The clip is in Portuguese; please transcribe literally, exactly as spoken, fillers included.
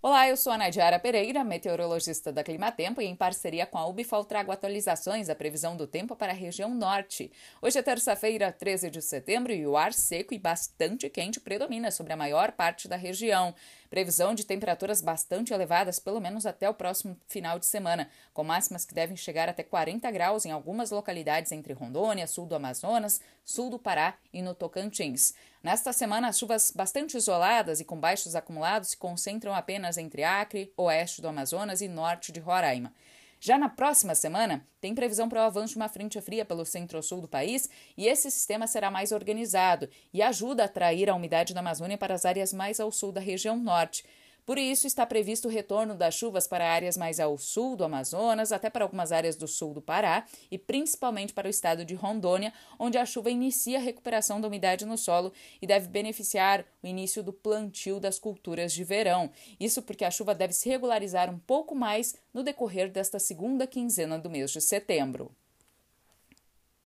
Olá, eu sou a Nadiara Pereira, meteorologista da Climatempo, e em parceria com a Ubifol trago atualizações da previsão do tempo para a região norte. Hoje é terça-feira, treze de setembro, e o ar seco e bastante quente predomina sobre a maior parte da região. Previsão de temperaturas bastante elevadas, pelo menos até o próximo final de semana, com máximas que devem chegar até quarenta graus em algumas localidades entre Rondônia, sul do Amazonas, sul do Pará e no Tocantins. Nesta semana, as chuvas bastante isoladas e com baixos acumulados se concentram apenas entre Acre, oeste do Amazonas e norte de Roraima. Já na próxima semana, tem previsão para o avanço de uma frente fria pelo centro-sul do país e esse sistema será mais organizado e ajuda a atrair a umidade da Amazônia para as áreas mais ao sul da região norte. Por isso, está previsto o retorno das chuvas para áreas mais ao sul do Amazonas, até para algumas áreas do sul do Pará e principalmente para o estado de Rondônia, onde a chuva inicia a recuperação da umidade no solo e deve beneficiar o início do plantio das culturas de verão. Isso porque a chuva deve se regularizar um pouco mais no decorrer desta segunda quinzena do mês de setembro.